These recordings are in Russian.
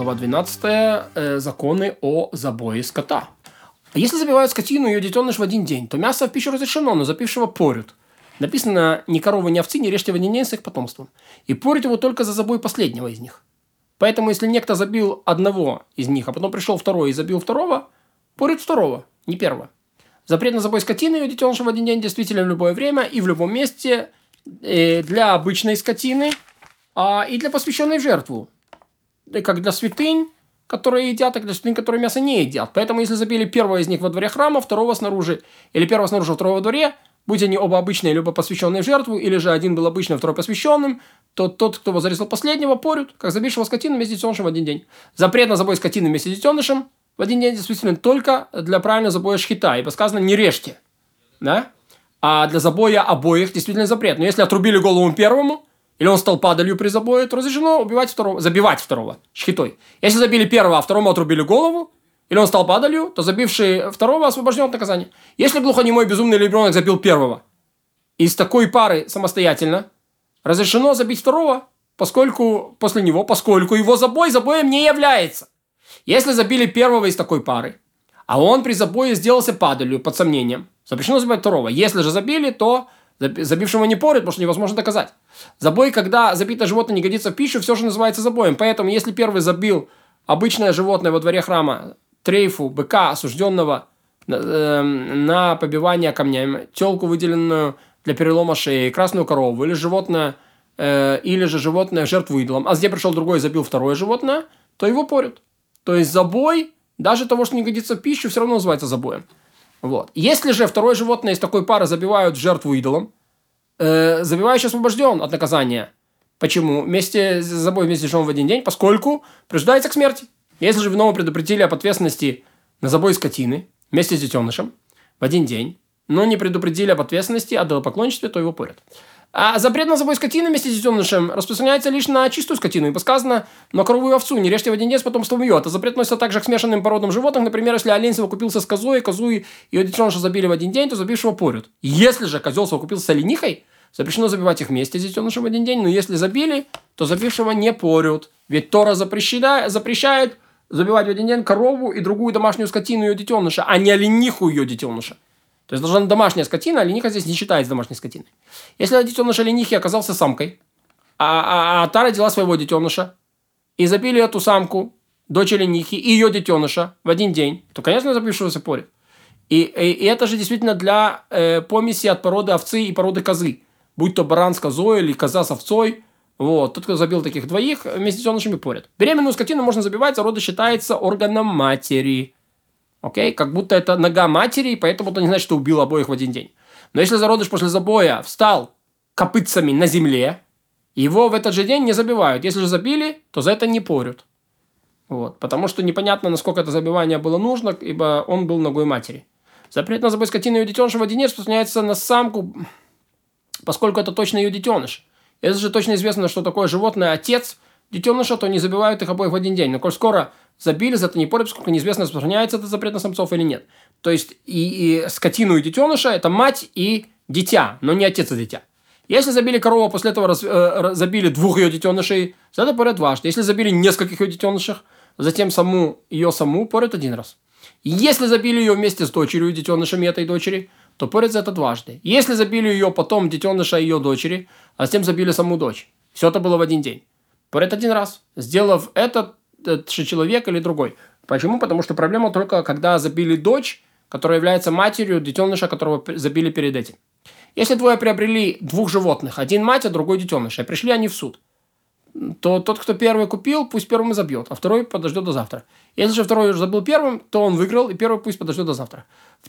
глава 12, законы о забое скота. Если забивают скотину и ее детеныш в один день, то мясо в пищу разрешено, но запившего порют. Написано: ни коровы, ни овцы не режьте в один день с их потомством. И порют его только за забой последнего из них. Поэтому, если некто забил одного из них, а потом пришел второй и забил второго, порют второго, не первого. Запрет на забой скотины и ее детеныша в один день действительно в любое время и в любом месте для обычной скотины и для посвященной в жертву. Как для святынь, которые едят, так и для святынь, которые мясо не едят. Поэтому, если забили первого из них во дворе храма, второго снаружи, или первого снаружи, второго во дворе, будь они оба обычные, либо посвященные в жертву, или же один был обычным, второй посвященным, то тот, кто зарезал последнего, порют, как забившего скотину вместе с детенышем в один день. Запрет на забой скотины вместе с детенышем в один день действительно только для правильного забоя шхита, ибо сказано: не режьте. Да? А для забоя обоих действительно запрет. Но если отрубили голову первому, или он стал падалью при забое, то разрешено забивать второго шхитой. Если забили первого, а второму отрубили голову, или он стал падалью, то забивший второго освобожден от наказания. Если глухонемой безумный ребенок забил первого, из такой пары самостоятельно разрешено забить второго, поскольку его забоем не является. Если забили первого из такой пары, а он при забое сделался падалью под сомнением, запрещено забивать второго. Если же забили, то забившего не порют, потому что невозможно доказать. Забой, когда забитое животное не годится в пищу, все же называется забоем. Поэтому, если первый забил обычное животное во дворе храма, трейфу, быка, осужденного на побивание камнями, телку, выделенную для перелома шеи, красную корову, или животное в жертву идолам, а где пришел другой и забил второе животное, то его порют. То есть забой, даже того, что не годится в пищу, все равно называется забоем. Вот. Если же второе животное из такой пары забивают в жертву идолам, забивающий освобожден от наказания. Почему? Забой вместе с живым в один день, поскольку прижидается к смерти. Если же виновного предупредили об ответственности на забой скотины вместе с детенышем в один день, но не предупредили об ответственности о идолопоклонничестве, то его порят. А запрет на забой скотины вместе с детенышем распространяется лишь на чистую скотину. Ибо сказано: но корову и овцу не режьте в один день с потомством ее. Это запрет относится также к смешанным породам животных. Например, если олень совокупился с козой, козу и ее детеныша забили в один день, то забившего порют. Если же козел совокупился с оленихой, запрещено забивать их вместе с детенышем в один день. Но если забили, то забившего не порют. Ведь Тора запрещает забивать в один день корову и другую домашнюю скотину ее детеныша, а не олениху ее детеныша. То есть должна быть домашняя скотина, а олениха здесь не считается домашней скотиной. Если детеныш оленихи оказался самкой, а та родила своего детеныша, и забили эту самку, дочь оленихи и ее детеныша в один день, то, конечно, забившегося порят. И это же действительно для помеси от породы овцы и породы козы. Будь то баран с козой или коза с овцой. Вот. Тот, кто забил таких двоих, вместе с детенышами порят. Беременную скотину можно забивать, зарода считается органом матери. Окей? Как будто это нога матери, и поэтому это не значит, что убил обоих в один день. Но если зародыш после забоя встал копытцами на земле, его в этот же день не забивают. Если же забили, то за это не порют. Вот. Потому что непонятно, насколько это забивание было нужно, ибо он был ногой матери. Запрет на забой скотину и ее детеныша в один день распространяется на самку, поскольку это точно ее детеныш. Если же точно известно, что такое животное отец детеныша, то не забивают их обоих в один день. Но коль скоро забили, за это не порят, поскольку неизвестно, распространяется этот запрет на самцов или нет. То есть и скотину и детеныша – это мать и дитя, но не отец и дитя. Если забили корову, после этого забили двух ее детенышей, за это порят дважды. Если забили нескольких ее детенышей, затем ее саму порят один раз. Если забили ее вместе с дочерью и детенышами этой дочери, то порят за это дважды. Если забили ее потом детеныша и ее дочери, а затем забили саму дочь, все это было в один день, порят один раз, сделав этот же человек или другой. Почему? Потому что проблема только, когда забили дочь, которая является матерью детеныша, которого забили перед этим. Если двое приобрели двух животных, один мать, а другой детеныш, и пришли они в суд, то тот, кто первый купил, пусть первым и забьет, а второй подождет до завтра. Если же второй уже забыл первым, то он выиграл, и первый пусть подождет до завтра. В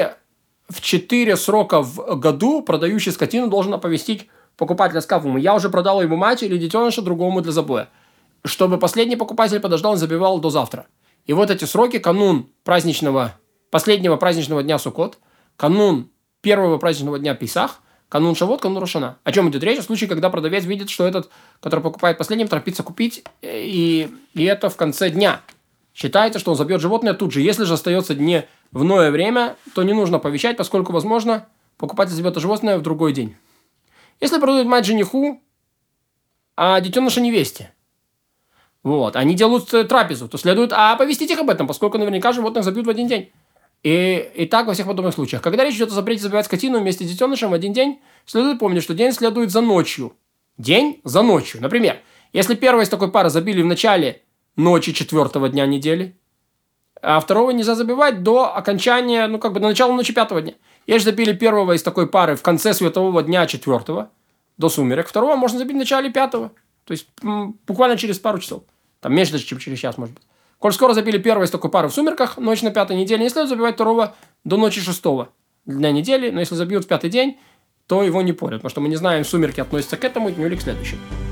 4 срока в году продающий скотину должен оповестить покупателя, сказав ему: я уже продал ему мать или детеныша другому для забоя, чтобы последний покупатель подождал и забивал до завтра. И вот эти сроки: канун последнего праздничного дня Суккот, канун первого праздничного дня Песах, канун Шавот, канун Рош ха-Шана. О чем идет речь? В случае, когда продавец видит, что этот, который покупает последним, торопится купить, и это в конце дня. Считается, что он забьет животное тут же. Если же остается дневное время, то не нужно оповещать, поскольку, возможно, покупатель забьет животное в другой день. Если продают мать жениху, а детеныша невесте, Вот. Они делают трапезу, то следует оповестить их об этом, поскольку наверняка животных забьют в один день. И так во всех подобных случаях. Когда речь идет о запрете забивать скотину вместе с детенышем в один день, следует помнить, что день следует за ночью. День за ночью. Например, если первого из такой пары забили в начале ночи 4-го дня недели, а второго нельзя забивать до окончания, до начала ночи 5-го дня. Если забили первого из такой пары в конце светового дня 4-го, до сумерек, второго можно забить в начале 5-го. То есть буквально через пару часов. Там меньше, чем через час, может быть. Коль скоро забили первого из такой пары в сумерках, ночь на 5-й неделе, не следует забивать второго до ночи 6-го дня недели. Но если забьют в 5-й день, то его не порят. Потому что мы не знаем, сумерки относятся к этому дню или к следующему.